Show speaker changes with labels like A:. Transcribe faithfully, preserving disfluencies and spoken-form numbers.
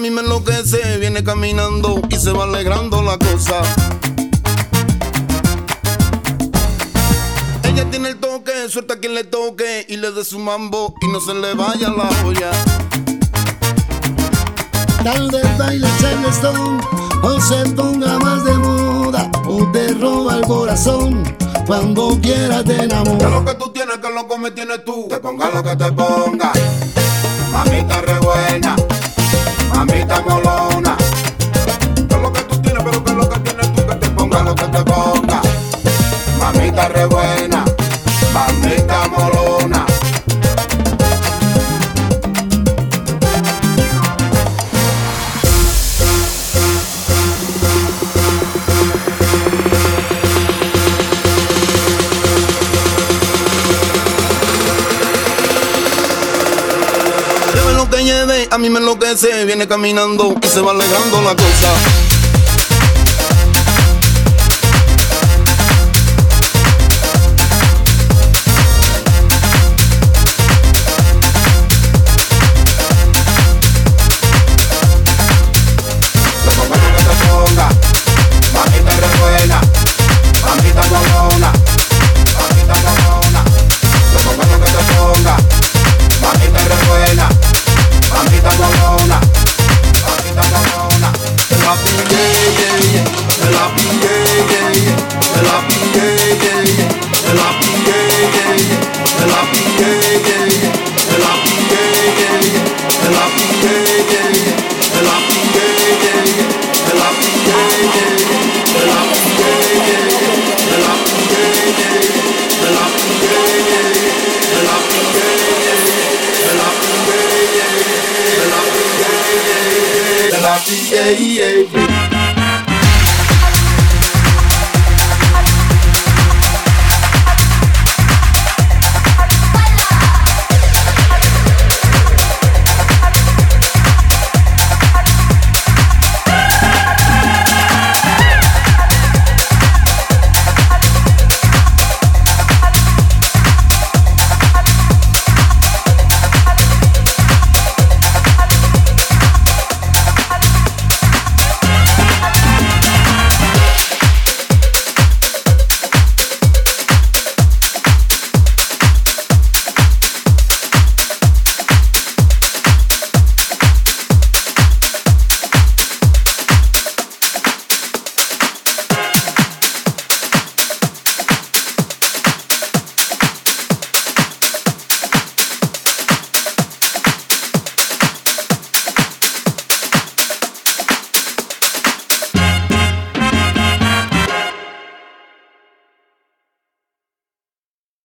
A: mí me enloquece, viene caminando y se va alegrando la cosa. Ella tiene el toque, suelta a quien le toque y le dé su mambo y no se le vaya la olla.
B: Tal vez baile Charleston o se ponga más de moda o te roba el corazón. Cuando quieras te enamora.
A: Que lo que tú tienes, que loco me tienes tú. Te ponga lo que te ponga. Mamita re buena, mamita molona. Que lo que tú tienes, pero que lo que tienes tú. Que te ponga lo que te ponga. Mamita re buena, mamita molona. Lleve lo que lleve, a mí me enloquece, viene caminando y se va alegrando la cosa.